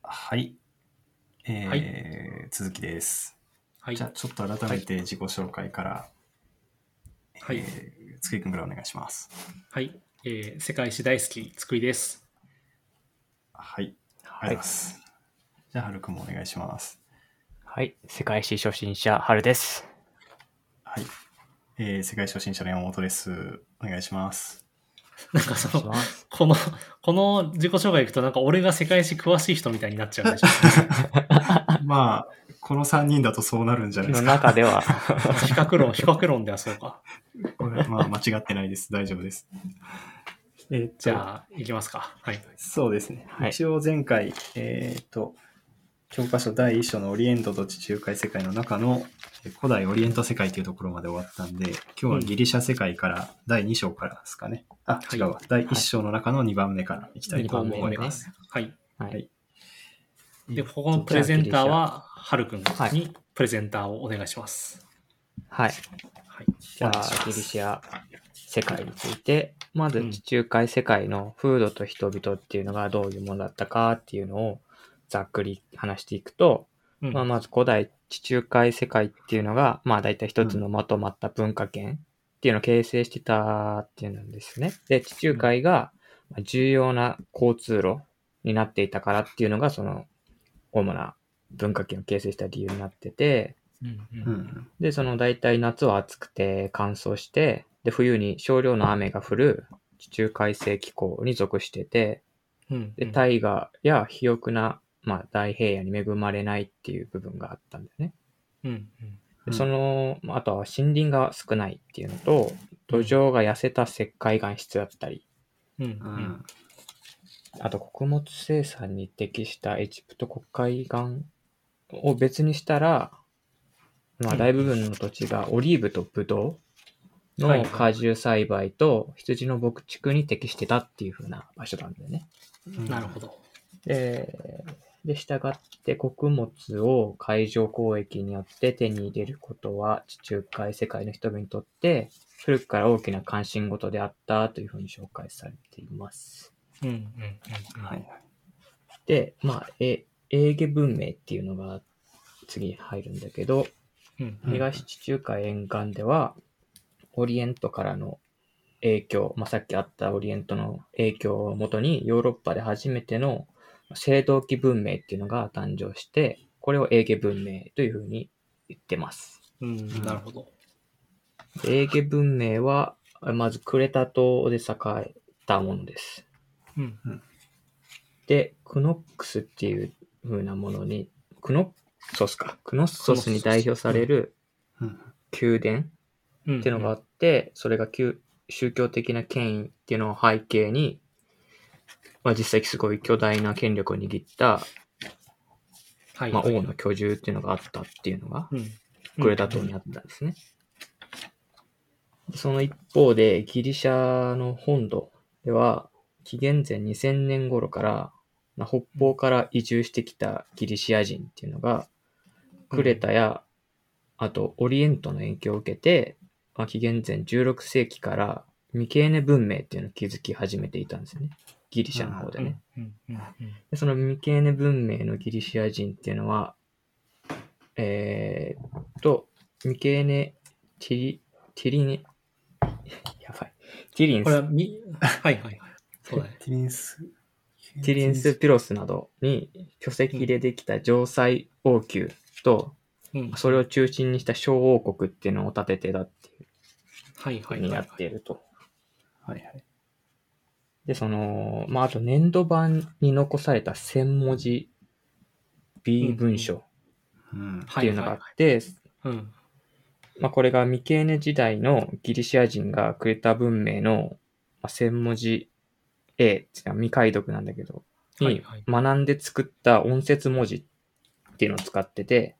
はい、 はい。 続きです。 はい。 じゃあちょっと改めて自己紹介から、 はい。 つくりくんからお願いします。 はい。世界史大好き、つくりです。 はい、ありがとうございはい。 ます。じゃあはるくんもお願いします。 はい。世界史初心者、はるです。 はい、世界初心者の山本です。お願いします。 なんかお願いします。 この自己紹介いくとなんか俺が世界史詳しい人みたいになっちゃうんでしょまあ、この3人だとそうなるんじゃないでのすか。 中では比較論ではそうか。 これまあ間違ってないです。大丈夫です。 じゃあ、いきますか。はい。 そうですね。 はい。 一応前回、教科書第1章のオリエントと地中海世界の中の古代オリエント世界というところまで終わったんで、今日はギリシャ世界から第2章からですかね。あ、 はい違うわ。第1章の中の2番目からいきたいと 2番思目ね。 います。 はい。 はい。 で、ここのプレゼンターは、はるくんはいにプレゼンターをお願いします。 はい。 はい。 じゃあお願いしま、 ギすリシャ世界について、まず地中海世界の風土と人々っていうのがどういうものだったかっていうのをざっくり話していくと、 うん。 まず古代地中海世界っていうのが、大体一つのまとまった文化圏っていうのを形成してたっていうんですね。で、地中海が重要な交通路になっていたからっていうのが、その主な文化圏を形成した理由になってて、で、その大体夏は暑くて乾燥して、で、冬に少量の雨が降る地中海性気候に属してて、で、大河や肥沃な、大平野に恵まれないっていう部分があったんだよね。でその、あとは森林が少ないっていうのと、土壌が痩せた石灰岩質だったり、あと穀物生産に適したエジプト黒海岩を別にしたら、大部分の土地がオリーブとブドウの果樹栽培と羊の牧畜に適してたっていう風な場所なんだよね。 なるほど。 で、従って穀物を海上交易によって手に入れることは地中海世界の人々にとって古くから大きな関心事であったというふうに紹介されています。で、エーゲ文明っていうのが次に入るんだけど、東地中海沿岸ではオリエントからの影響、さっきあったオリエントの影響をもとにヨーロッパで初めての青銅器文明っていうのが誕生して、これをエーゲ文明というふうに言ってます。 なるほど。 エーゲ文明はまずクレタ島で栄えたものです。で、クノックスっていう風なものに、クノッソスに代表される宮殿っていうのがあって、それが宗教的な権威っていうのを背景に、実際すごい巨大な権力を握った、王の居住っていうのがあったっていうのが、クレタ島にあったんですね。その一方で、ギリシャの本土では、紀元前2000年頃から、北方から移住してきたギリシア人っていうのが、クレタや、あとオリエントの影響を受けて、紀元前16世紀からミケーネ文明っていうのを築き始めていたんですよね。ギリシャの方でね。でそのミケーネ文明のギリシア人っていうのは、ミケーネ・ティリネ、やばい。ティリンス。 これはそうだね。 ティリンス・ピロスなどに巨石でできた城塞王宮と、それを中心にした小王国っていうのを建ててたっていうふうになっていると。で、あと粘土板に残された1000文字 B 文書っていうのがあって、これがミケーネ時代のギリシア人がクレタ文明の1000文字 A っていうのは未解読なんだけど、に学んで作った音節文字っていうのを使ってて、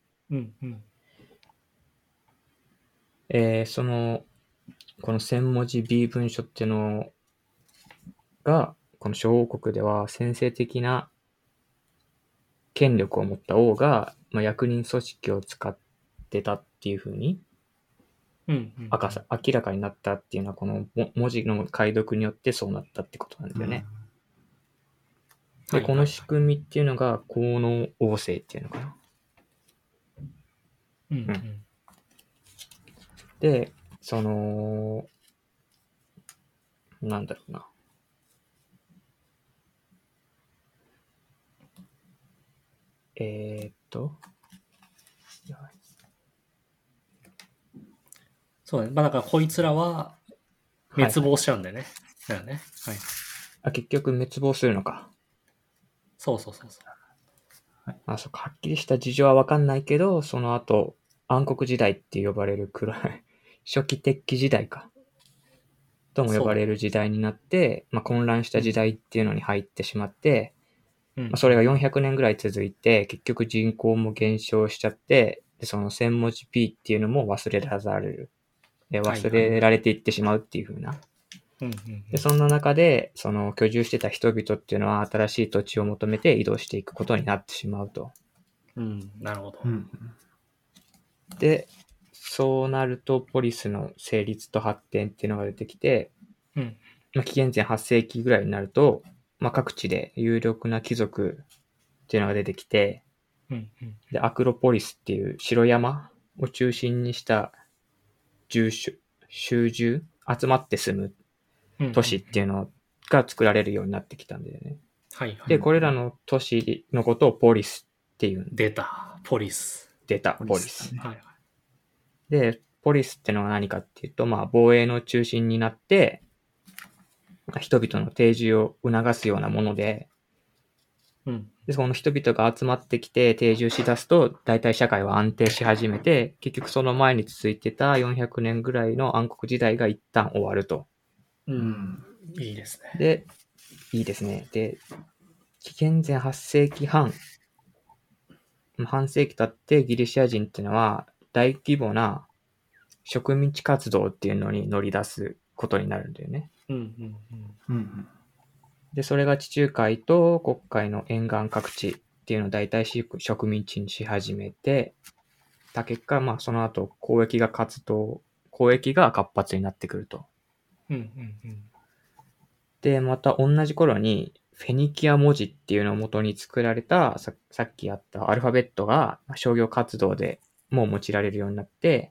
この1000文字 B 文書っていうのが、この小王国では先制的な権力を持った王が、役人組織を使ってたっていう風に、明らかになったっていうのは、この文字の解読によってそうなったってことなんだよね。 で、この仕組みっていうのが、効能旺盛っていうのかな。 うんうんで、なんだろうな。 そうね。まあだからこいつらははい滅亡しちゃうんだよね。だよね。はい。 結局滅亡するのか。 そうそうそうそう。 そうか、はっきりした事情はわかんないけど、その後、暗黒時代って呼ばれる暗い、初期鉄器時代か。とも呼ばれる時代になって、混乱した時代っていうのに入ってしまって、それが400年ぐらい続いて、結局人口も減少しちゃって、でその1000文字 P っていうのも忘れられる。忘れられていってしまうっていう風な。で、そんな中で、その居住してた人々っていうのは新しい土地を求めて移動していくことになってしまうと。 なるほど。 で、そうなるとポリスの成立と発展っていうのが出てきて、紀元前8世紀ぐらいになると、各地で有力な貴族っていうのが出てきて、で、アクロポリスっていう城山を中心にした集まって住む都市っていうのが作られるようになってきたんだよね。で、これらの都市のことをポリスっていう。 出た、ポリス。 ポリス。で、ポリスってのは何かっていうと、防衛の中心になって、人々の定住を促すようなもので、で、その人々が集まってきて定住しだすと、大体社会は安定し始めて、結局その前に続いてた400年ぐらいの暗黒時代が一旦終わると。 いいですね。 で、いいですね。で、紀元前8世紀半世紀経ってギリシア人っていうのは大規模な植民地活動っていうのに乗り出すことになるんだよね。で、それが地中海と黒海の沿岸各地っていうのを大体植民地にし始めてた結果、その後交易が活発になってくると。で、また同じ頃にフェニキア文字っていうのを元に作られたさっきあったアルファベットが商業活動でもう用いられるようになって、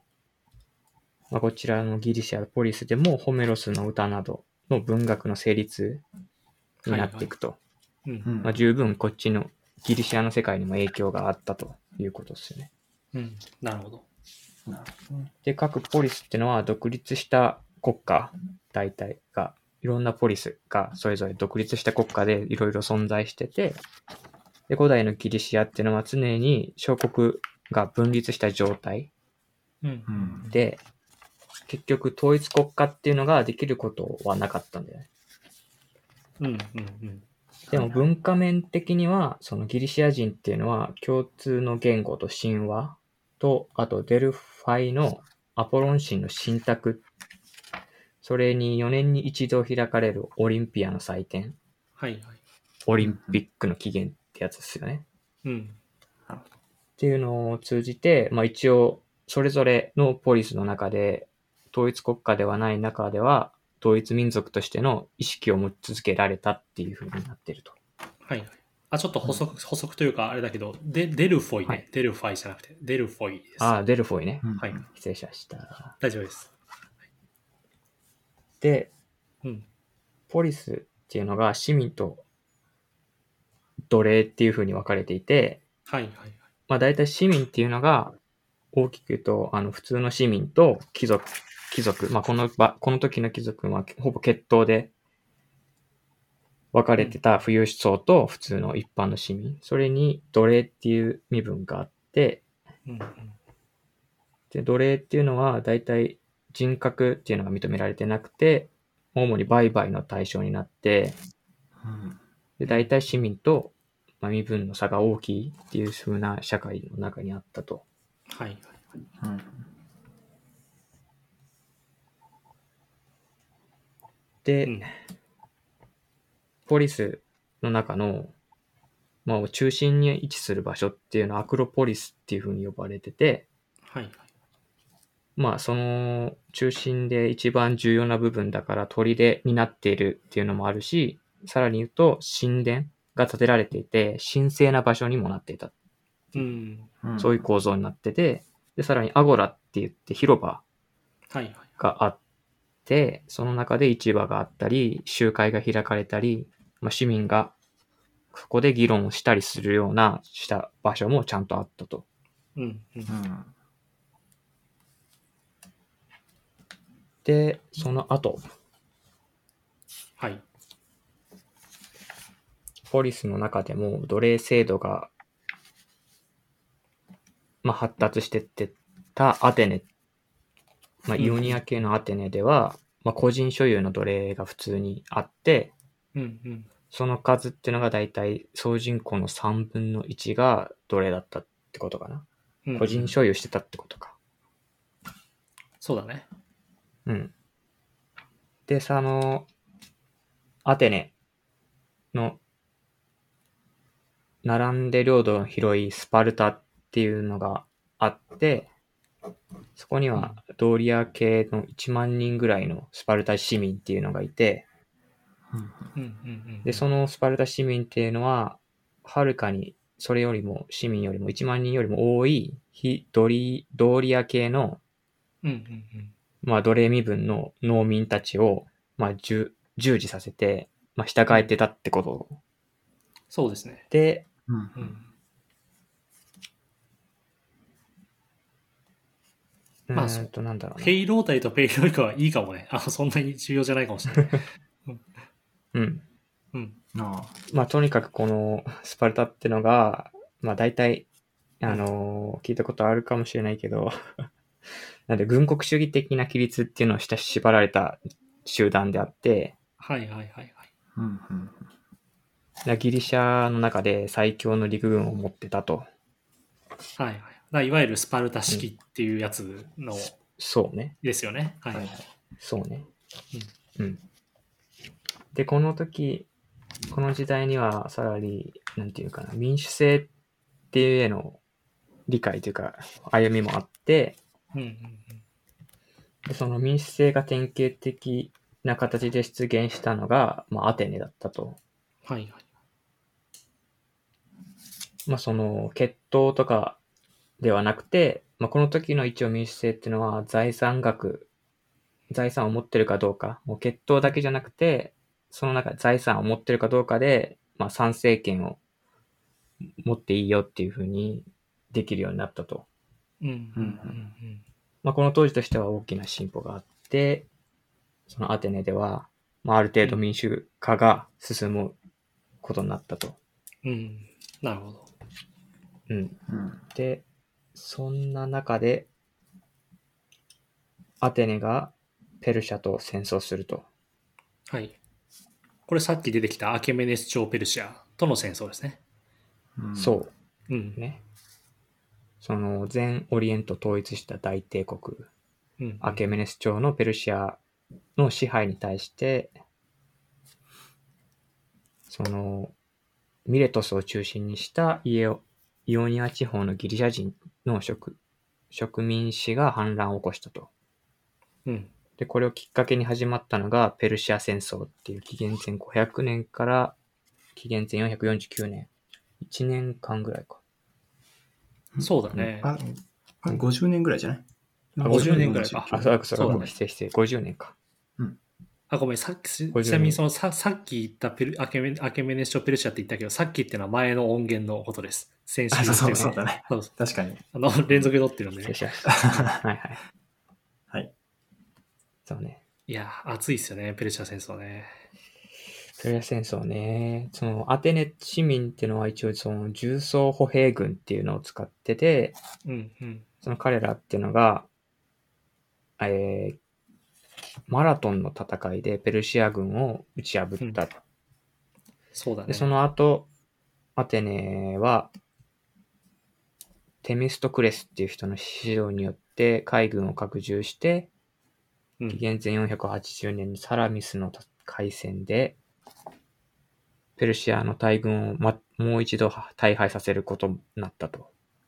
こちらのギリシアポリスでもホメロスの歌などの文学の成立になっていくと。十分こっちのギリシアの世界にも影響があったということですよね。 なるほど。 で、各ポリスっていうのは独立した国家大体が、いろんなポリスがそれぞれ独立した国家でいろいろ存在してて、で、古代のギリシアっていうのは常に小国が分立した状態で、結局統一国家っていうのができることはなかったんだよね。でも文化面的には、そのギリシア人っていうのは共通の言語と神話と、あとデルファイのアポロン神の神託、それに4年に一度開かれるオリンピアの祭典、オリンピックの起源ってやつですよね。っていうのを通じて、一応それぞれのポリスの中で統一国家ではない中では統一民族としての意識を持ち続けられたっていう風になってると。 ちょっと補足というかあれだけど、デルフォイね。デルファイじゃなくて、デルフォイです。 デルフォイね。失礼しました。 大丈夫です。 で、ポリスっていうのが市民と奴隷っていう風に分かれていて、大体市民っていうのが大きく言うと、普通の市民と貴族、この時の貴族はほぼ血統で分かれてた富裕層と普通の一般の市民、それに奴隷っていう身分があって、で奴隷っていうのは大体人格っていうのが認められてなくて、主に売買の対象になって、で大体市民と身分の差が大きいっていう風な社会の中にあったと。で、ポリスの中の、中心に位置する場所っていうのはアクロポリスっていう風に呼ばれてて、その中心で一番重要な部分だから砦になっているっていうのもあるし、さらに言うと神殿、 が建てられていて、神聖な場所にもなっていた。 うん。 そういう構造になってて、で、さらにアゴラって言って広場はいはい。 があって、その中で市場があったり、集会が開かれたり、市民がそこで議論をしたりするようなした場所もちゃんとあったと。 うん。うん。 で、その後、 はい。 ポリスの中でも奴隷制度が、発達してってたアテネ、イオニア系のアテネでは、個人所有の奴隷が普通にあって、 うん。うん。 その数っていうのがだいたい総人口の3分の1が奴隷だったってことかな。 うん。 個人所有してたってことか。 そうだね。 うん。で、アテネの並んで領土の広いスパルタっていうのがあって、そこにはドーリア系の1万人ぐらいのスパルタ市民っていうのがいて、 うん。うん。 で、そのスパルタ市民っていうのは、はるかにそれよりも市民よりも1万人よりも多いドーリア系の、 うん。うん。 奴隷身分の農民たちを、従事させて、従えてたってことそうですね。 で、 うん。 なんだろうな。 ペイロータイとペイロイカはいいかもね。そんなに重要じゃないかもしれない。 うん。 うん。 とにかくこのスパルタってのが、大体、聞いたことあるかもしれないけど、なんで軍国主義的な規律っていうのを縛られた集団であって、 はいはいはいはい。 ギリシャの中で最強の陸軍を持ってたと。 はいはい。いわゆるスパルタ式っていうやつの、 そうね。 ですよね。はい。 そうね。で、この時、この時代にはさらに、なんていうかな、民主制っていうへの理解というか、歩みもあって、でその民主制が典型的な形で出現したのが、アテネだったと。 はいはい。 その血統とかではなくて、この時の一応民主制っていうのは財産を持ってるかどうか、もう血統だけじゃなくて、その中で財産を持ってるかどうかで、参政権を持っていいよっていうふうにできるようになったと。この当時としては大きな進歩があって、そのアテネでは、ある程度民主化が進むことになったと。 なるほど。 で、そんな中で、アテネがペルシャと戦争すると。 はい。これさっき出てきたアケメネス朝ペルシアとの戦争ですね。 そう。ね。その全オリエント統一した大帝国、アケメネス朝のペルシアの支配に対して、そのミレトスを中心にしたイオニア地方のギリシャ人の植民地が反乱を起こしたと。で、これをきっかけに始まったのがペルシア戦争っていう紀元前500年から紀元前449年。1年間ぐらいか。 そうだね。 50年ぐらいじゃない 50年ぐらいか。 そうだね。失礼。50年か。 ごめん、ちなみにさっき言ったアケメネス朝ペルシアって言ったけど、さっきっていうのは前の音源のことです。先週そうだね。確かに。 連続で撮ってるんでね。 はいはい。 はい。 そうね。 いや、熱いっすよね、ペルシャ戦争ね。 ペルシャ戦争ね。そのアテネ市民っていうのは一応その重装歩兵軍っていうのを使ってて、その彼らっていうのが、マラトンの戦いでペルシア軍を打ち破った。 そうだね。 で、その後、アテネは、テミストクレスっていう人の指導によって海軍を拡充して、紀元前480年にサラミスの海戦で、ペルシアの大軍をもう一度大敗させることになったと。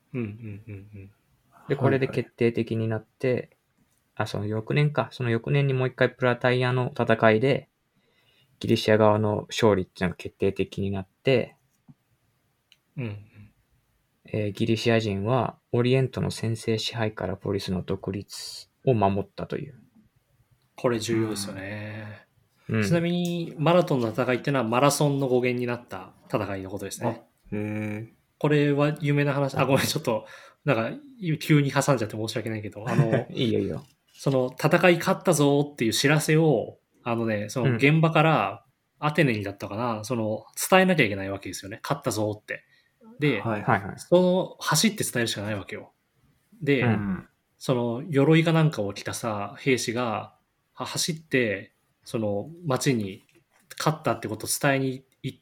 で、これで決定的になって、その翌年にもう一回プラタイアの戦いで、 ギリシャ側の勝利っていうのが決定的になって、 うん。 ギリシャ人はオリエントの専制支配からポリスの独立を守ったという。 これ重要ですよね。 うん、 ちなみに、マラトンの戦いっていうのはマラソンの語源になった戦いのことですね。 へこれは有名な話、ごめん、ちょっと、なんか、急に挟んじゃって申し訳ないけど、 いいよいいよ。 その、戦い勝ったぞっていう知らせを、その現場からアテネにだったかな、その、伝えなきゃいけないわけですよね。勝ったぞって。で、 はいはいはい。 その、走って伝えるしかないわけよ。で、 うんその、鎧かなんかを着たさ、兵士が、走って、その、町に勝ったってことを伝えに行って、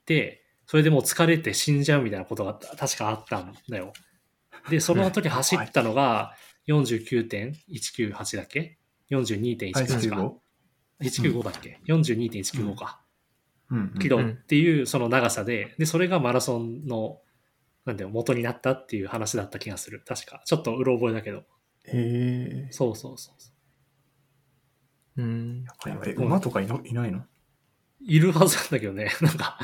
それでもう疲れて死んじゃうみたいなことが確かあったんだよ。で、その後に走ったのが 49.198 だっけ ?42.198 か。195だっけ、?42.195 か。キロっていうその長さで、で、それがマラソンの、なんだよ、元になったっていう話だった気がする。確か。ちょっとうろ覚えだけど。 へえ。 そうそうそう。 馬とかいないの？ いるはずなんだけどね。なんか。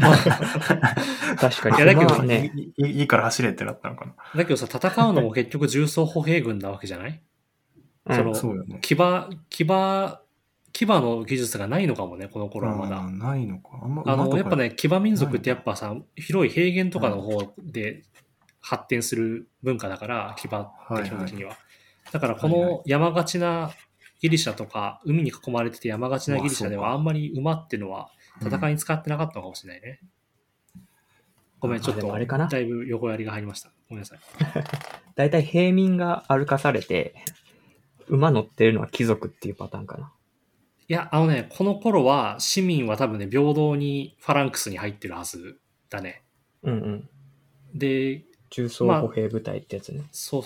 確かに。 いやだけどね、 いいから走れってなったのかな。 だけどさ、戦うのも結局重装歩兵軍なわけじゃない？ そうよね。 騎馬の技術がないのかもね、この頃はまだ。 ないのか。 やっぱね、騎馬民族ってやっぱさ、広い平原とかの方で発展する文化だから、騎馬って基本的には。だからこの山がちなギリシャとか、海に囲まれてて山がちなギリシャではあんまり馬っていうのは戦いに使ってなかったのかもしれないね。ごめん、ちょっとだいぶ横やりが入りました。ごめんなさい。 だいたい平民が歩かされて、馬乗ってるのは貴族っていうパターンかな。 いや、この頃は市民は多分ね、平等にファランクスに入ってるはずだね。で、 重装歩兵部隊ってやつね。 そう。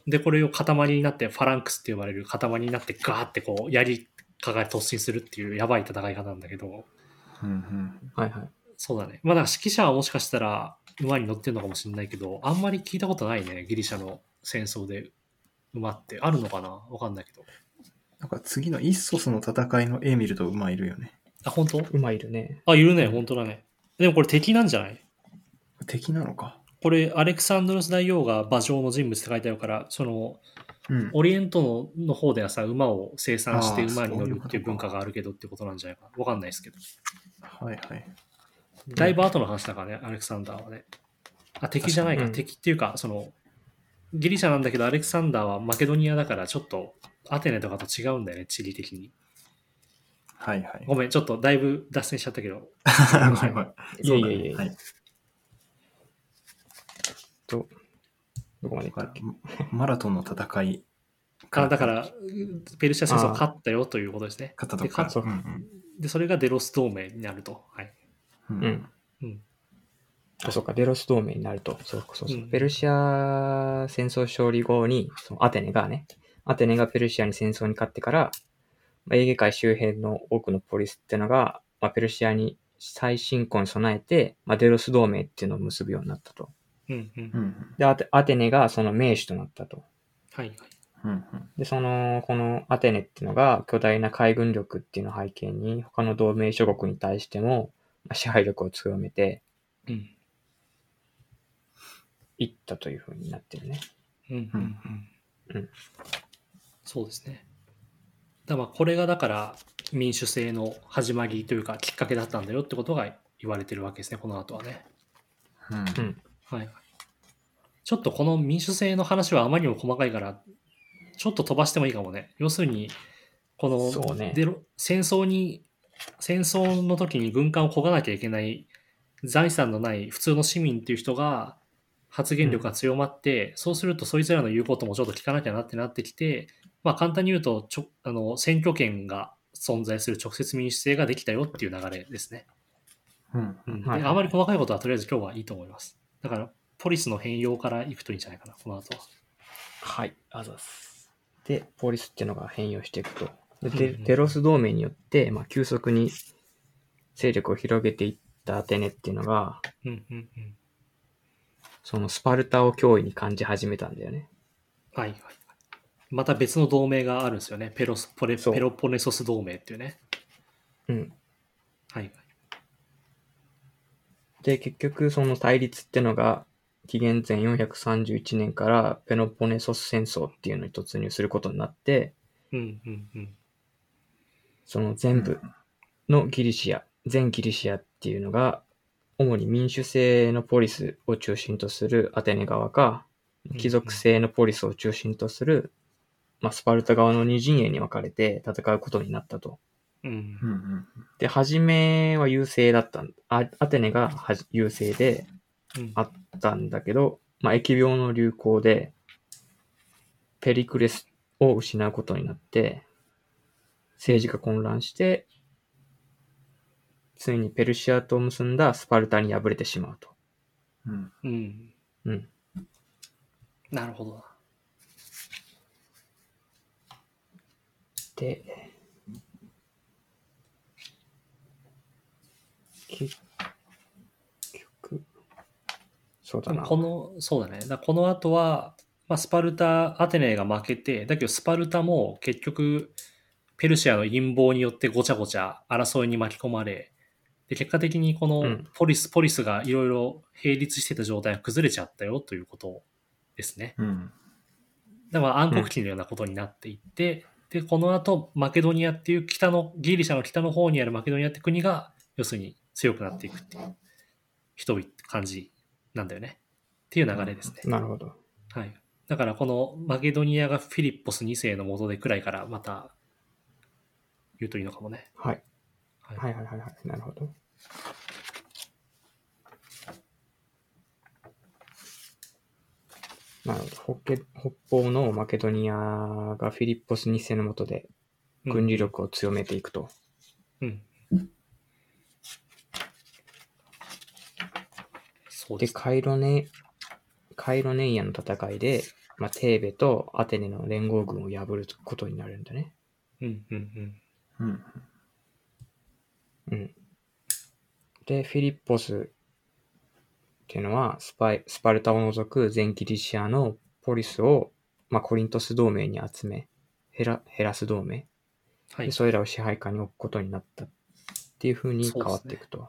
で、これを塊になって、ファランクスって呼ばれる塊になって、ガーってこう、槍かが突進するっていうやばい戦い方なんだけど。 はいはい。 そうだね。まあ、だから指揮者はもしかしたら馬に乗ってるのかもしれないけど、あんまり聞いたことないね。ギリシャの戦争で馬ってあるのかな？わかんないけど。 なんか次のイッソスの戦いの絵見ると馬いるよね。 あ、本当？ 馬いるね。 あ、いるね。本当だね。でもこれ敵なんじゃない？ 敵なのか。 これ、アレクサンドロス大王が馬上の人物って書いてあるから、その、オリエントの方ではさ、馬を生産して馬に乗るっていう文化があるけどってことなんじゃないかな。わかんないですけど。 はいはい。 だいぶ後の話だからね、アレクサンダーはね。あ、敵じゃないか。敵っていうか、その、ギリシャなんだけど、アレクサンダーはマケドニアだから、ちょっとアテネとかと違うんだよね、地理的に。 はいはい。 ごめん、ちょっとだいぶ脱線しちゃったけど。 いやいやいや。はい。どこまで行ったっけ？ マラトンの戦い。 だから、ペルシャ戦争勝ったよということですね。 勝ったとか。 で、それがデロス同盟になると。はい。 そうか、デロス同盟になると。そう。ペルシャ戦争勝利後に、そのアテネがペルシアに戦争に勝ってから、エーゲ海周辺の多くのポリスっていうのが、ペルシアに再侵攻に備えて、デロス同盟っていうのを結ぶようになったと。で、アテネがその盟主となったと。 はい。 で、このアテネっていうのが巨大な海軍力っていうのを背景に、他の同盟諸国に対しても支配力を強めて、いったというふうになってるね。 そうですね。これがだから民主制の始まりというかきっかけだったんだよってことが言われてるわけですね、この後はね。はい。ちょっとこの民主制の話はあまりにも細かいから、ちょっと飛ばしてもいいかもね。要するに、この、戦争の時に軍艦を漕がなきゃいけない財産のない普通の市民っていう人が発言力が強まって、そうするとそいつらの言うこともちょっと聞かなきゃなってなってきて、簡単に言うと選挙権が存在する直接民主制ができたよっていう流れですね。であまり細かいことはとりあえず今日はいいと思います。だからポリスの変容からいくといいんじゃないかな、この後は。 はい、あざっす。で、ポリスっていうのが変容していくと。で、デロス同盟によって、急速に勢力を広げていったアテネっていうのが、そのスパルタを脅威に感じ始めたんだよね。 はいはい。また別の同盟があるんですよね。ペロポネソス同盟っていうね。 うん。 はいはい。 で、結局その対立ってのが、紀元前431年からペロポネソス戦争っていうのに突入することになって、その全部のギリシア、全ギリシアっていうのが、主に民主制のポリスを中心とするアテネ側か、貴族制のポリスを中心とする、スパルタ側の二陣営に分かれて戦うことになったと。で、初めは優勢だった。アテネが優勢であったんだけど、疫病の流行でペリクレスを失うことになって、政治が混乱して、ついにペルシアと結んだスパルタに敗れてしまうと。 なるほど。 で、結局、そうだな。 そうだね。この後は、スパルタ、アテネが負けて、だけどスパルタも結局、ペルシアの陰謀によってごちゃごちゃ争いに巻き込まれ、で結果的にこのポリスがいろいろ並立してた状態が崩れちゃったよということですね。だから暗黒期のようなことになっていって、で、この後、マケドニアっていうギリシャの北の方にあるマケドニアって国が、要するに強くなっていくっていう人々感じなんだよね。っていう流れですね。 なるほど。 はい。だからこのマケドニアがフィリッポス2世の下でくらいからまた言うといいのかもね。 はい。はい。なるほど。なるほど。北方のマケドニアがフィリッポス2世の下で軍事力を強めていくと。 そうで、カイロネイアの戦いで、テーベとアテネの連合軍を破ることになるんだね。で、フィリッポスっていうのはスパルタを除く全ギリシアのポリスを、コリントス同盟に集め、ヘラス同盟、でそれらを支配下に置くことになったっていう風に変わっていくと。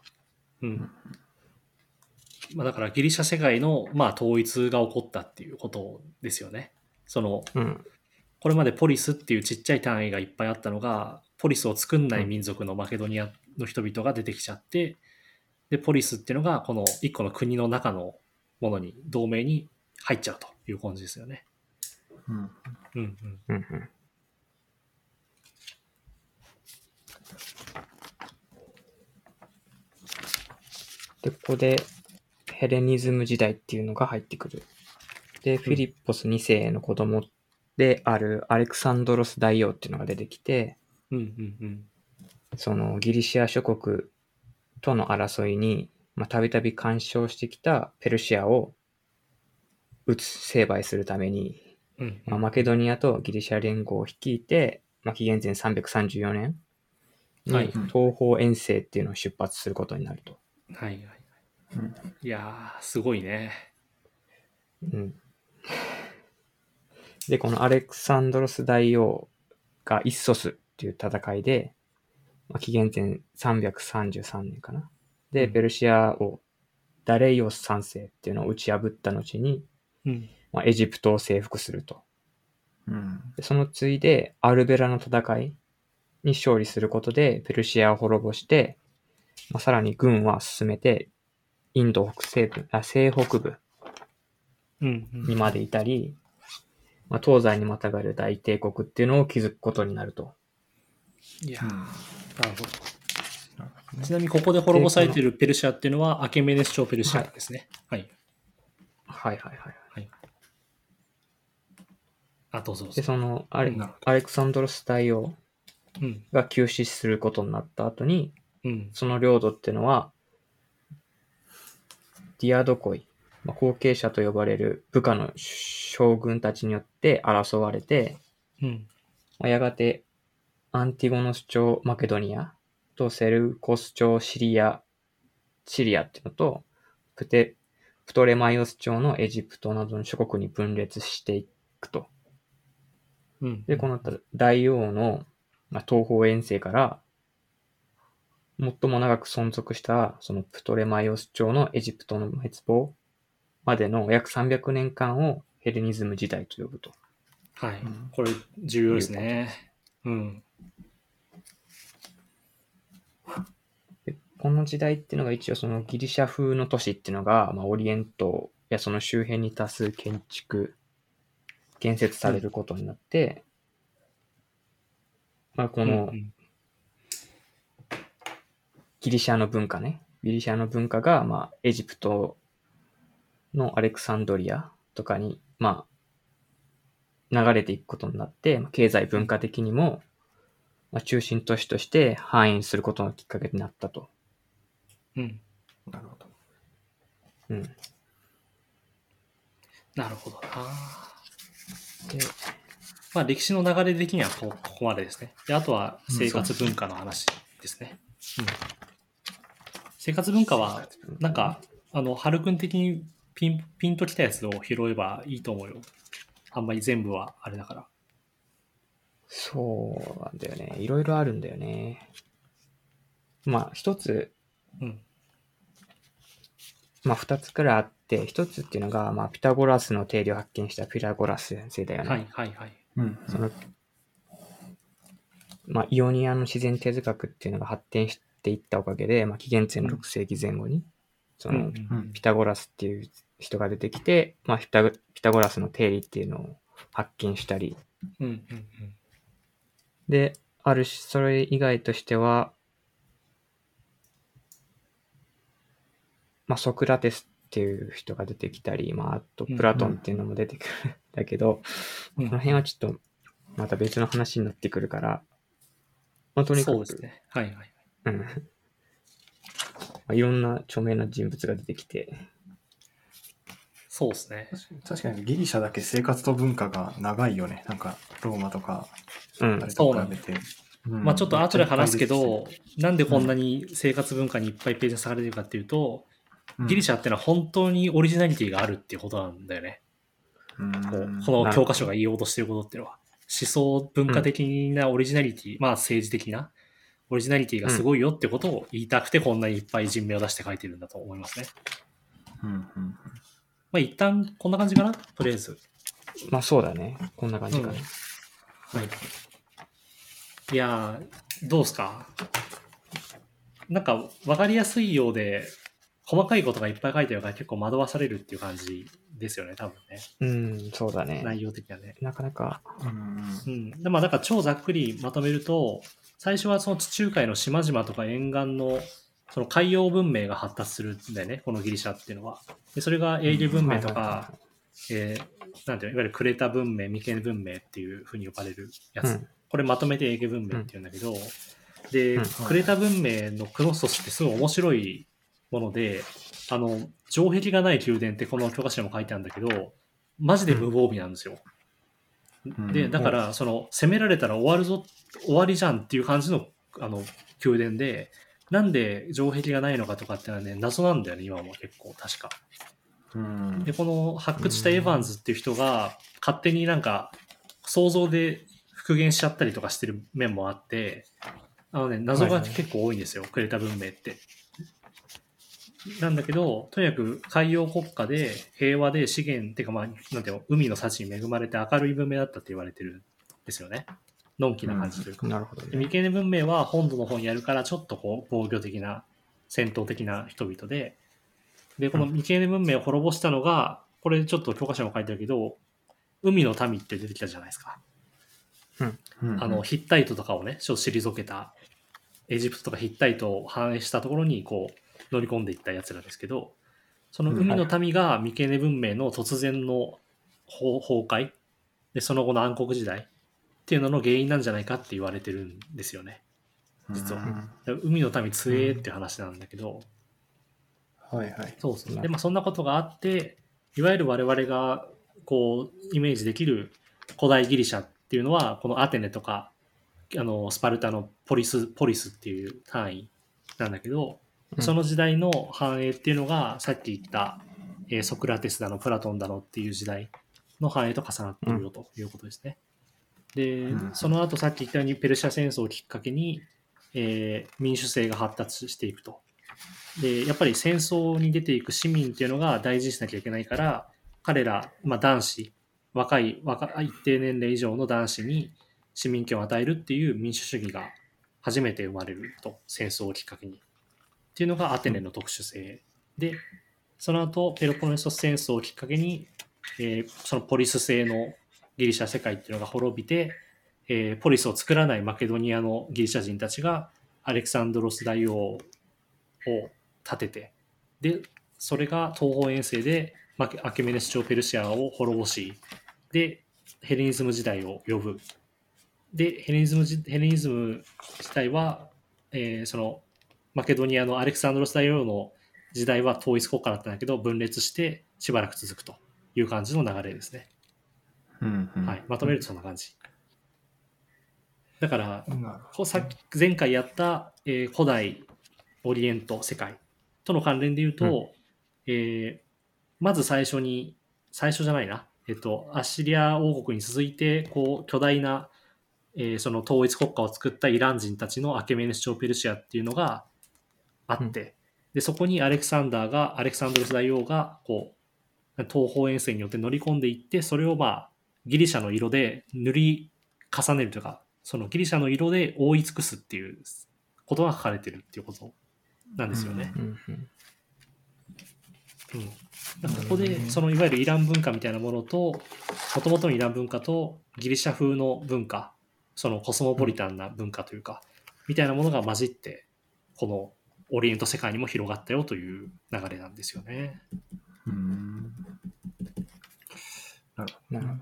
だからギリシャ世界の、統一が起こったっていうことですよね。これまでポリスっていうちっちゃい単位がいっぱいあったのが、ポリスを作んない民族のマケドニアの人々が出てきちゃって、で、ポリスっていうのがこの一個の国の中のものに、同盟に入っちゃうという感じですよね。 で、ここでヘレニズム時代っていうのが入ってくる。で、フィリッポス2世の子供であるアレクサンドロス大王っていうのが出てきて、そのギリシア諸国との争いにたびたび干渉してきたペルシアを成敗するために、マケドニアとギリシャ連合を率いて、紀元前334年に東方遠征っていうのを出発することになると。 いやー、すごいね。 で、このアレクサンドロス大王がイッソスっていう戦いで、紀元前333年かな。で、ペルシアをダレイオス3世っていうのを打ち破った後に、エジプトを征服すると。でその次いでアルベラの戦いに勝利することでペルシアを滅ぼして、さらに軍は進めてインド西北部にまでいたり、東西にまたがる大帝国っていうのを築くことになると。 いやー、なるほど。ちなみにここで滅ぼされているペルシアっていうのはアケメネス朝ペルシアですね。はい。どうぞ。 で、そのアレクサンドロス大王が急死することになった後に、その領土っていうのは、ディアドコイ、後継者と呼ばれる部下の将軍たちによって争われて、やがてアンティゴノス朝マケドニアとセルコス朝シリアっていうのと、プトレマイオス朝のエジプトなどの諸国に分裂していくと。で、この大王の東方遠征から、 最も長く存続したそのプトレマイオス朝のエジプトの滅亡までの約300年間をヘレニズム時代と呼ぶと。 はい。これ重要ですね。うん。 でこの時代っていうのが一応そのギリシャ風の都市っていうのが、オリエントやその周辺に多数建設されることになって、このギリシャの文化ね。ギリシャの文化が、エジプトのアレクサンドリアとかに、流れていくことになって、経済文化的にも、中心都市として繁栄することのきっかけになったと。 うん。 なるほど。 うん。 なるほどな。で、歴史の流れ的にはここまでですね。で、あとは生活文化の話ですね。生活文化は、なんか、はるくん的にピンときたやつを拾えばいいと思うよ。あんまり全部はあれだから。 そうなんだよね。いろいろあるんだよね。一つ、二つくらいあって、一つっていうのが、ピタゴラスの定理を発見したピタゴラス先生だよね。 はいはいはい。 その、イオニアの自然哲学っていうのが発展していったおかげで、紀元前6世紀前後に、ピタゴラスっていう人が出てきて、ピタゴラスの定理っていうのを発見したり、で、あるし、それ以外としては、ソクラテスっていう人が出てきたり、あとプラトンっていうのも出てくるんだけど、この辺はちょっとまた別の話になってくるから、とにかく、 そうですね。はいはい。 いろんな著名な人物が出てきて。 そうですね。 確かにギリシャだけ生活と文化が長いよね。なんかローマとかあれと比べて。 ちょっと後で話すけど、なんでこんなに生活文化にいっぱいページされてるかっていうと、ギリシャってのは本当にオリジナリティがあるっていうことなんだよね。この教科書が言おうとしてることっていうのは。思想文化的なオリジナリティ、政治的なオリジナリティがすごいよってことを言いたくて、こんなにいっぱい人名を出して書いてるんだと思いますね。一旦こんな感じかな、とりあえず。 そうだね。こんな感じかな。はい。 いやー、どうすか？なんか分かりやすいようで、細かいことがいっぱい書いてるから結構惑わされるっていう感じですよね、多分ね。そうだね。 内容的にはね。 なかなか。 でだから超ざっくりまとめると、最初はその地中海の島々とか沿岸のその海洋文明が発達するんだよね、このギリシャっていうのは。でそれがエーゲ文明とか、なんていうの、いわゆるクレタ文明、ミケネ文明っていうふうに呼ばれるやつ。これまとめてエーゲ文明っていうんだけど、で、クレタ文明のクノッソスってすごい面白いもので、城壁がない宮殿ってこの教科書にも書いてあるんだけど、マジで無防備なんですよ。で、だから、攻められたら終わりじゃんっていう感じの、宮殿で、なんで城壁がないのかとかってのはね、謎なんだよね、今も結構、確か。で、この発掘したエヴァンズっていう人が、勝手になんか、想像で復元しちゃったりとかしてる面もあって、謎が結構多いんですよ、クレタ文明って。なんだけど、とにかく海洋国家で平和で資源っていうかなんていうの、海の幸に恵まれて明るい文明だったって言われてるんですよね。のんきな感じというか。 なるほどね。 ミケネ文明は本土の方にやるからちょっと防御的な戦闘的な人々で、このミケネ文明を滅ぼしたのが、これちょっと教科書にも書いてあるけど、海の民って出てきたじゃないですか。ヒッタイトとかをね、ちょっと退けた、エジプトとかヒッタイトを反映したところに乗り込んでいったやつらですけど、その海の民がミケネ文明の突然の崩壊で、その後の暗黒時代っていうのの原因なんじゃないかって言われてるんですよね、実は。海の民強えっていう話なんだけど、そうそう。で、そんなことがあって、いわゆる我々がイメージできる古代ギリシャっていうのは、このアテネとかスパルタのポリスっていう単位なんだけど、その時代の繁栄っていうのが、さっき言った、ソクラテスだの、プラトンだのっていう時代の繁栄と重なっているよということですね。で、その後さっき言ったようにペルシャ戦争をきっかけに、 民主制が発達していくと。で、やっぱり戦争に出ていく市民っていうのが大事にしなきゃいけないから、彼ら、男子、若い一定年齢以上の男子に市民権を与えるっていう民主主義が初めて生まれると、戦争をきっかけに。っていうのがアテネの特殊性で、その後ペロポネソス戦争をきっかけに、そのポリス制のギリシャ世界っていうのが滅びて、ポリスを作らないマケドニアのギリシャ人たちがアレクサンドロス大王を立てて、でそれが東方遠征でアケメネス朝ペルシアを滅ぼし、でヘレニズム時代を呼ぶ。でヘレニズム自体は、そのマケドニアのアレクサンドロス大王の時代は統一国家だったんだけど、分裂してしばらく続くという感じの流れですね。はい、まとめるとそんな感じ。だから、前回やった、古代オリエント世界との関連で言うと、まず最初じゃないな、アッシリア王国に続いてこう巨大な、その統一国家を作ったイラン人たちのアケメネス朝ペルシアっていうのがあって、でそこにアレクサンドロス大王がこう東方遠征によって乗り込んでいって、それをギリシャの色で塗り重ねるというか、そのギリシャの色で覆い尽くすっていうことが書かれてるっていうことなんですよね。ここでそのいわゆるイラン文化みたいなものと、もともとのイラン文化とギリシャ風の文化、そのコスモポリタンな文化というか、みたいなものが混じって、このオリエント世界にも広がったよという流れなんですよね。 なるほど。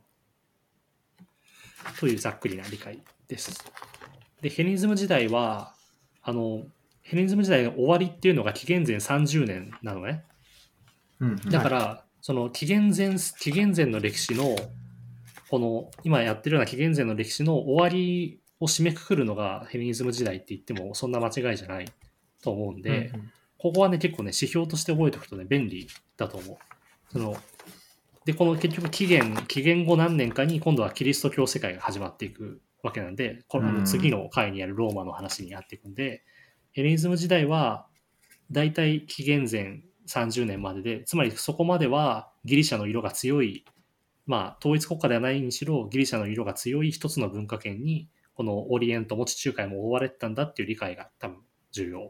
というざっくりな理解です。で、ヘレニズム時代は、ヘレニズム時代の終わりっていうのが紀元前30年なのね。だから、その紀元前の歴史の、この今やってるような紀元前の歴史の終わりを締めくくるのがヘレニズム時代って言ってもそんな間違いじゃないと思うんで、ここはね、結構ね、指標として覚えておくとね、便利だと思う。で、この結局紀元後何年かに今度はキリスト教世界が始まっていくわけなんで、この次の回にあるローマの話になっていくんで、ヘレニズム時代はだいたい紀元前30年までで、つまりそこまではギリシャの色が強い、統一国家ではないにしろギリシャの色が強い一つの文化圏にこのオリエントも地中海も覆われてたんだっていう理解が多分重要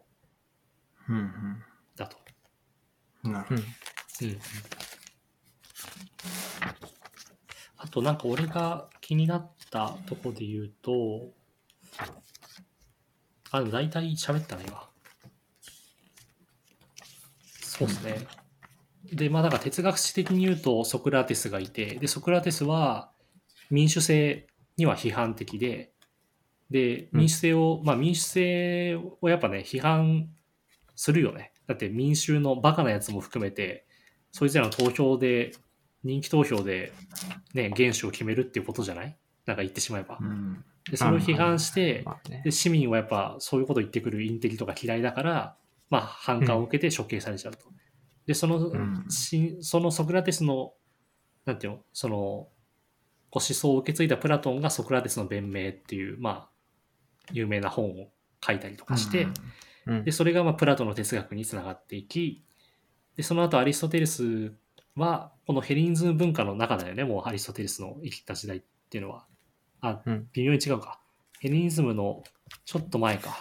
だと。 なるほど。 あとなんか俺が気になったとこで言うと、大体喋ったね今。そうですね。で、だから哲学史的に言うとソクラテスがいて、で、ソクラテスは民主制には批判的で、民主制をやっぱね、批判するよね。だって民衆のバカなやつも含めて、そいつらの人気投票でね、元首を決めるっていうことじゃない？なんか言ってしまえば。でそれを批判して、で市民はやっぱそういうことを言ってくるインテリとか嫌いだから、反感を受けて処刑されちゃうと。で、そのソクラテスの、なんていうの、その、思想を受け継いだプラトンがソクラテスの弁明っていう、有名な本を書いたりとかして、で、それがプラトンの哲学につながっていき、で、その後アリストテレスは、このヘレニズム文化の中だよね、もうアリストテレスの生きた時代っていうのは。微妙に違うか。ヘレニズムのちょっと前か。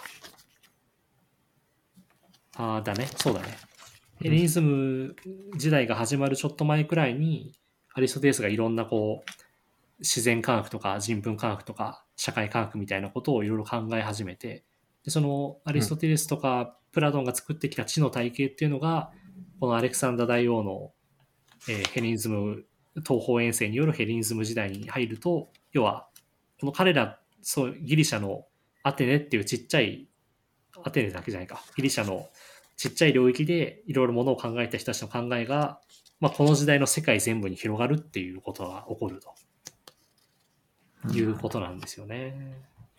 だね、そうだね。ヘレニズム時代が始まるちょっと前くらいに、アリストテレスがいろんな自然科学とか人文科学とか社会科学みたいなことをいろいろ考え始めて、でそのアリストテレスとかプラトンが作ってきた知の体系っていうのが、このアレクサンダー大王の、ヘレニズム東方遠征によるヘレニズム時代に入ると、要はこの彼らギリシャのアテネっていうちっちゃい、アテネだけじゃないか、ギリシャのちっちゃい領域でいろいろものを考えた人たちの考えが、この時代の世界全部に広がるっていうことが起こるということなんですよね。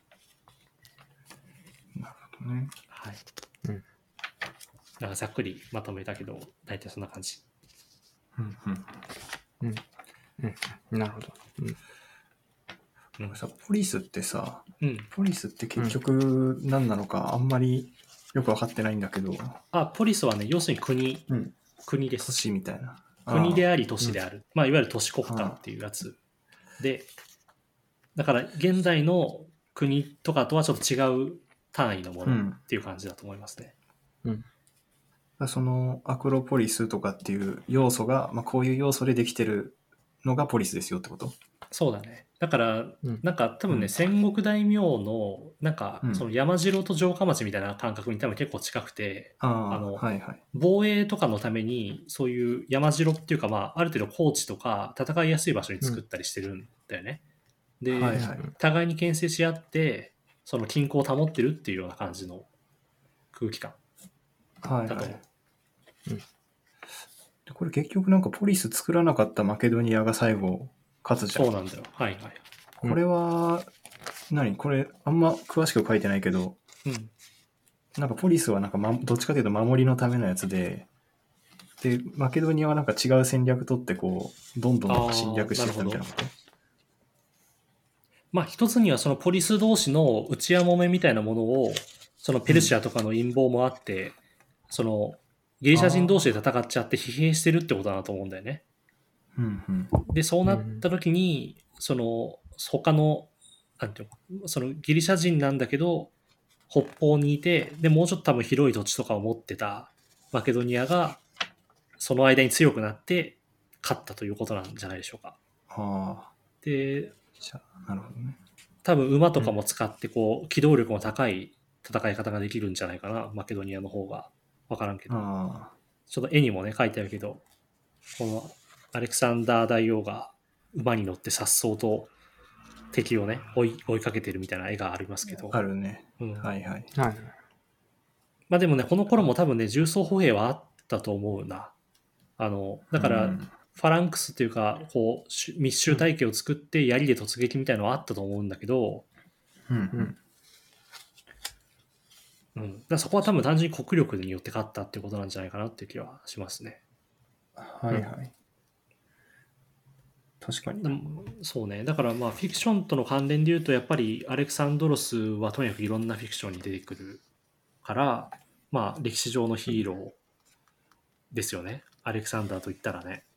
なるほどね。 はい。なんかざっくりまとめたけど、大体そんな感じ。 なるほど。 ポリスってさ、 うん。 ポリスって結局何なのかあんまりよく分かってないんだけど。 ポリスはね、要するに国です。 都市みたいな。 国であり都市である。いわゆる都市国家っていうやつで、だから現代の国とかとはちょっと違う単位のものっていう感じだと思いますね。 そのアクロポリスとかっていう要素が、こういう要素でできてるのがポリスですよってこと？ そうだね。だから、なんか多分ね、戦国大名の、なんか、その山城と城下町みたいな感覚に多分結構近くて、防衛とかのために、そういう山城っていうか、ある程度高地とか戦いやすい場所に作ったりしてるんだよね。で、互いに牽制し合って、その均衡を保ってるっていうような感じの空気感だと思う。 これ結局なんかポリス作らなかったマケドニアが最後勝つじゃん。 そうなんだよ。 これは、これあんま詳しく書いてないけど、なんかポリスはなんか、どっちかというと守りのためのやつで、マケドニアはなんか違う戦略取ってこう、どんどん侵略していったみたいなこと？ 一つにはそのポリス同士の内輪もめみたいなものを、そのペルシアとかの陰謀もあって、そのギリシャ人同士で戦っちゃって疲弊してるってことだなと思うんだよね。で、そうなった時に、その他の、なんていうの、そのギリシャ人なんだけど、北方にいて、で、もうちょっと多分広い土地とかを持ってたマケドニアが、その間に強くなって勝ったということなんじゃないでしょうか。で、 なるほどね。 多分馬とかも使ってこう機動力の高い戦い方ができるんじゃないかな、マケドニアの方が。分からんけど、ちょっと絵にもね書いてあるけど、このアレクサンダー大王が馬に乗って颯爽と敵をね追いかけてるみたいな絵がありますけど、 あるね。 でもね、この頃も多分ね重装歩兵はあったと思うな。だから、ファランクスっていうかこう密集隊形を作って槍で突撃みたいなのはあったと思うんだけど、だそこは多分単純に国力によって勝ったっていうことなんじゃないかなっていう気はしますね。 確かに。 そうね。だからフィクションとの関連で言うと、やっぱりアレクサンドロスはとにかくいろんなフィクションに出てくるから、歴史上のヒーローですよね。アレクサンダーと言ったらね。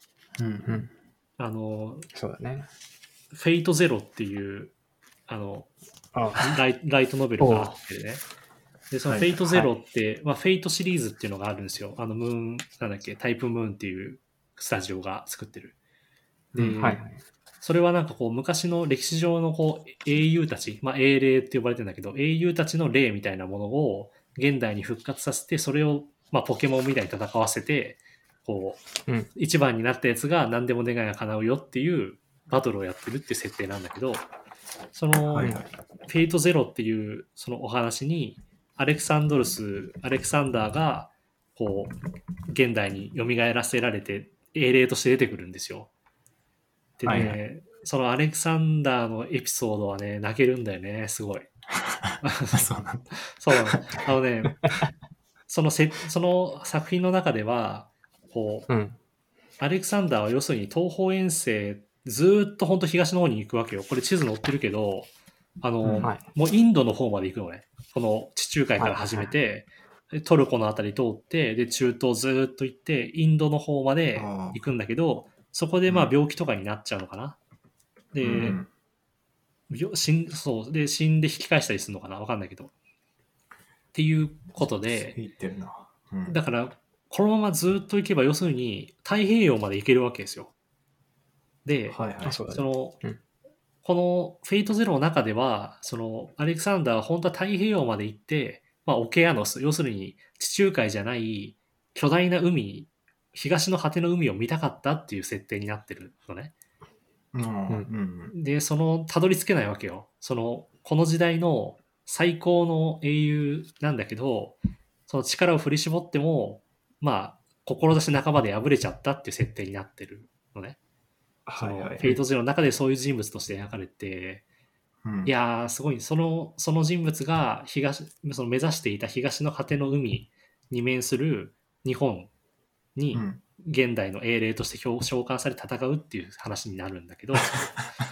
そうだね。 フェイトゼロっていうライトノベルがあってね。で、そのフェイトゼロって、フェイトシリーズっていうのがあるんですよ。ムーン、タイプムーンっていうスタジオが作ってる。で、それはなんかこう、昔の歴史上のこう、英雄たち、英霊って呼ばれてるんだけど、英雄たちの霊みたいなものを現代に復活させて、それを、ポケモンみたいに戦わせて、こう、一番になったやつが何でも願いが叶うよっていうバトルをやってるっていう設定なんだけど、その、フェイトゼロっていうそのお話に、アレクサンダーが、こう、現代に蘇らせられて、英霊として出てくるんですよ。でね、そのアレクサンダーのエピソードはね、泣けるんだよね、すごい。 そうなんだ。 そうなの。その作品の中では、こう、アレクサンダーは要するに東方遠征、ずっと本当東の方に行くわけよ。これ地図載ってるけど、もうインドの方まで行くのね。この地中海から始めて、トルコのあたり通って、で、中東ずっと行って、インドの方まで行くんだけど、そこで病気とかになっちゃうのかな。で、死んで引き返したりするのかな、わかんないけど。っていうことで、だから、このままずっと行けば、要するに太平洋まで行けるわけですよ。で、このフェイトゼロの中では、そのアレクサンダーは本当は太平洋まで行って、オケアノス、要するに地中海じゃない巨大な海、東の果ての海を見たかったっていう設定になってるのね。で、たどり着けないわけよ。この時代の最高の英雄なんだけど、その力を振り絞っても、志半ばで敗れちゃったっていう設定になってるのね。フェイトゼロの中でそういう人物として描かれて、いやーすごい、その人物がその目指していた東の果ての海に面する日本に現代の英霊として召喚され戦うっていう話になるんだけど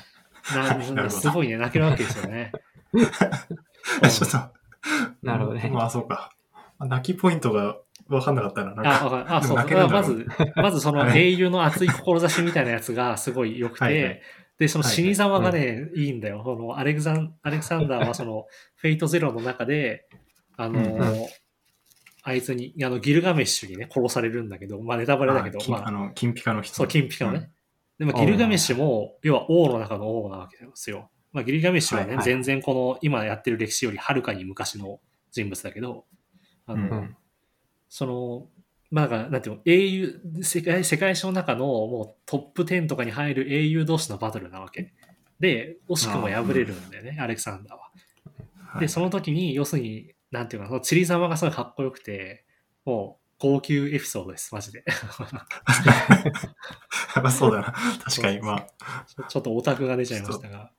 すごいね、泣けるわけですよね。 ちょっと、 なるほどね。 まあそうか。泣きポイントが分かんなかったら、なんか。 そう。まずその英雄の熱い志みたいなやつがすごい良くて、はいはい、で、その死に様がね、はいはい、いいんだよ。このアレクサンダーはその、フェイトゼロの中で、あいつに、ギルガメッシュにね、殺されるんだけど、まあネタバレだけど、 金ピカの人。 そう、金ピカのね。でもギルガメッシュも、要は王の中の王なわけですよ。まあギルガメッシュはね、全然この今やってる歴史よりはるかに昔の人物だけど、その、まあだから、なんていうの、英雄、世界史の中のもうトップ10とかに入る英雄同士のバトルなわけ。で、惜しくも敗れるんだよね、アレクサンダーは。で、その時に、要するに、なんていうか、そのチリ様がすごいかっこよくて、もう、号泣エピソードです、マジで。 そうだな。確かに、まあ。 ちょっとオタクが出ちゃいましたが。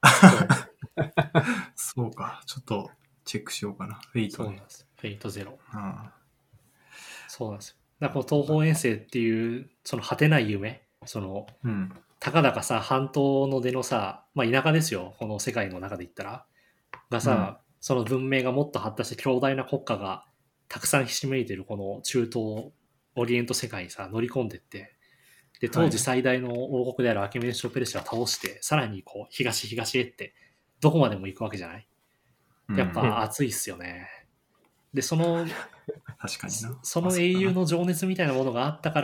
そうか。ちょっとチェックしようかな。フェイト。 そうなんです。フェイトゼロ。そうなんですよ。だからこの東方遠征っていう、その果てない夢、その、たかだかさ、半島の出のさ、まあ田舎ですよ。この世界の中で言ったら。がさ、その文明がもっと発達して強大な国家がたくさんひしめいてるこの中東オリエント世界にさ乗り込んでって、で当時最大の王国であるアケメネシオ・ペルシャを倒して、さらにこう東へってどこまでも行くわけじゃない。やっぱ熱いっすよね。でその確かにな。 その英雄の情熱みたいなものがあったから、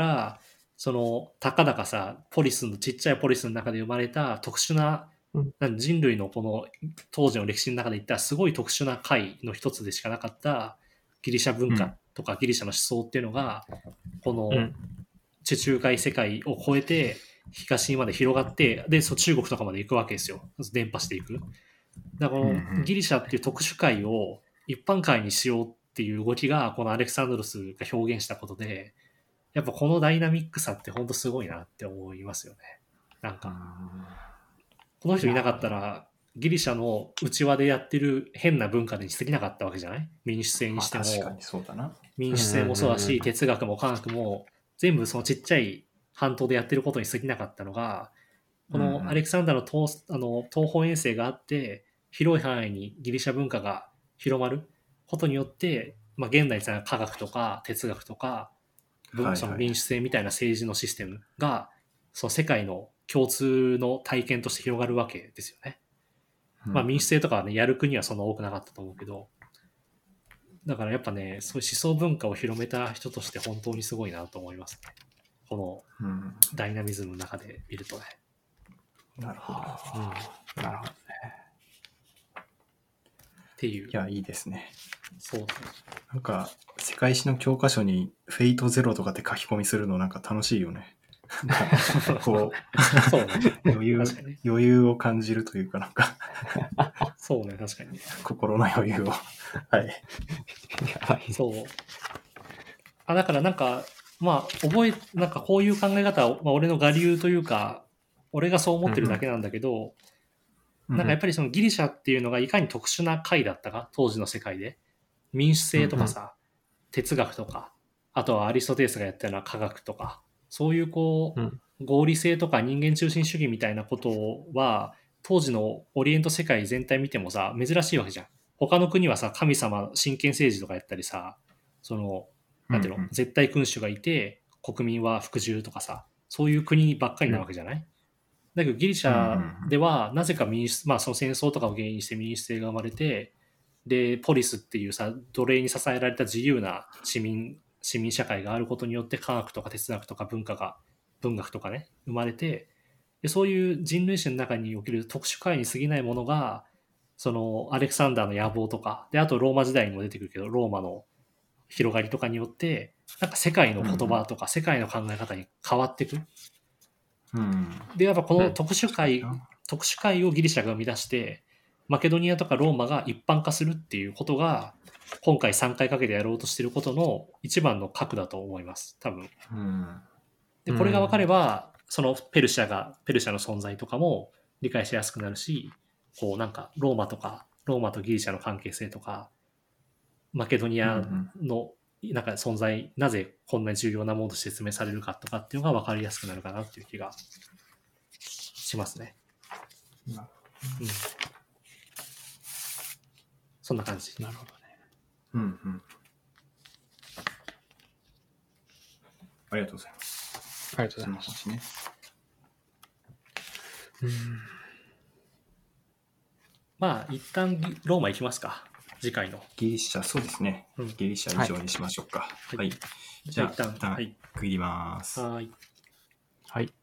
そのたかだかさちっちゃいポリスの中で生まれた特殊な人類のこの当時の歴史の中で言ったらすごい特殊な会の一つでしかなかったギリシャ文化とかギリシャの思想っていうのがこの地中海世界を越えて東にまで広がって、で中国とかまで行くわけですよ。伝播していく。だからこのギリシャっていう特殊界を一般界にしようっていう動きがこのアレクサンドロスが表現したことで、やっぱこのダイナミックさって本当すごいなって思いますよね。なんかこの人いなかったらギリシャの内輪でやってる変な文化に過ぎなかったわけじゃない。民主制にしても、 確かにそうだな。 民主制もそうだし、哲学も科学も全部そのちっちゃい半島でやってることに過ぎなかったのが、このアレクサンダーの東方遠征があって広い範囲にギリシャ文化が広まることによって、まあ、現代にさ科学とか哲学とかその民主制みたいな政治のシステムがその世界の共通の体験として広がるわけですよね。まあ民主制とかはね、やる国はそんな多くなかったと思うけど、だからやっぱね、そういう思想文化を広めた人として本当にすごいなと思いますね。このダイナミズムの中で見るとね。 なるほど。 なるほどね。 っていう。 いや、いいですね。 そうだね。 なんか、世界史の教科書にフェイトゼロとかって書き込みするのなんか楽しいよね。こう、そうね、余裕を感じるというかなんかそうね、確かに。 心の余裕を。はい。 そう。だからなんか、まあ、なんかこういう考え方は、まあ、俺の我流というか、俺がそう思ってるだけなんだけど、なんかやっぱりそのギリシャっていうのがいかに特殊な界だったか、当時の世界で。民主制とかさ、哲学とか、あとはアリストテレスがやったような科学とか、そういうこう、合理性とか人間中心主義みたいなことは、当時のオリエント世界全体見てもさ、珍しいわけじゃん。他の国はさ、神様、神権政治とかやったりさ、その、なんていうの、絶対君主がいて、国民は服従とかさ、そういう国ばっかりなわけじゃない、だけどギリシャでは、なぜかまあその戦争とかを原因にして民主制が生まれて、で、ポリスっていうさ、奴隷に支えられた自由な市民社会があることによって科学とか哲学とか文学とかね、生まれて、でそういう人類史の中における特殊界に過ぎないものが、そのアレクサンダーの野望とか、で、あとローマ時代にも出てくるけど、ローマの広がりとかによって、なんか世界の言葉とか世界の考え方に変わっていく。で、やっぱこの特殊界をギリシャが生み出して、マケドニアとかローマが一般化するっていうことが、今回3回かけてやろうとしていることの一番の核だと思います、多分。で、これが分かれば、そのペルシャの存在とかも理解しやすくなるし、こうなんかローマとギリシャの関係性とか、マケドニアのなんか存在、なぜこんなに重要なものとして説明されるかとかっていうのが分かりやすくなるかなっていう気がしますね。 そんな感じ。 なるほどね。 うんうん。ありがとうございます。 ありがとうございます。 ね。 まあ、一旦ローマ行きますか。次回の。 ギリシャ、そうですね。ギリシャ以上にしましょうか。はい。じゃあ、一旦区切ります。 はい。 はい。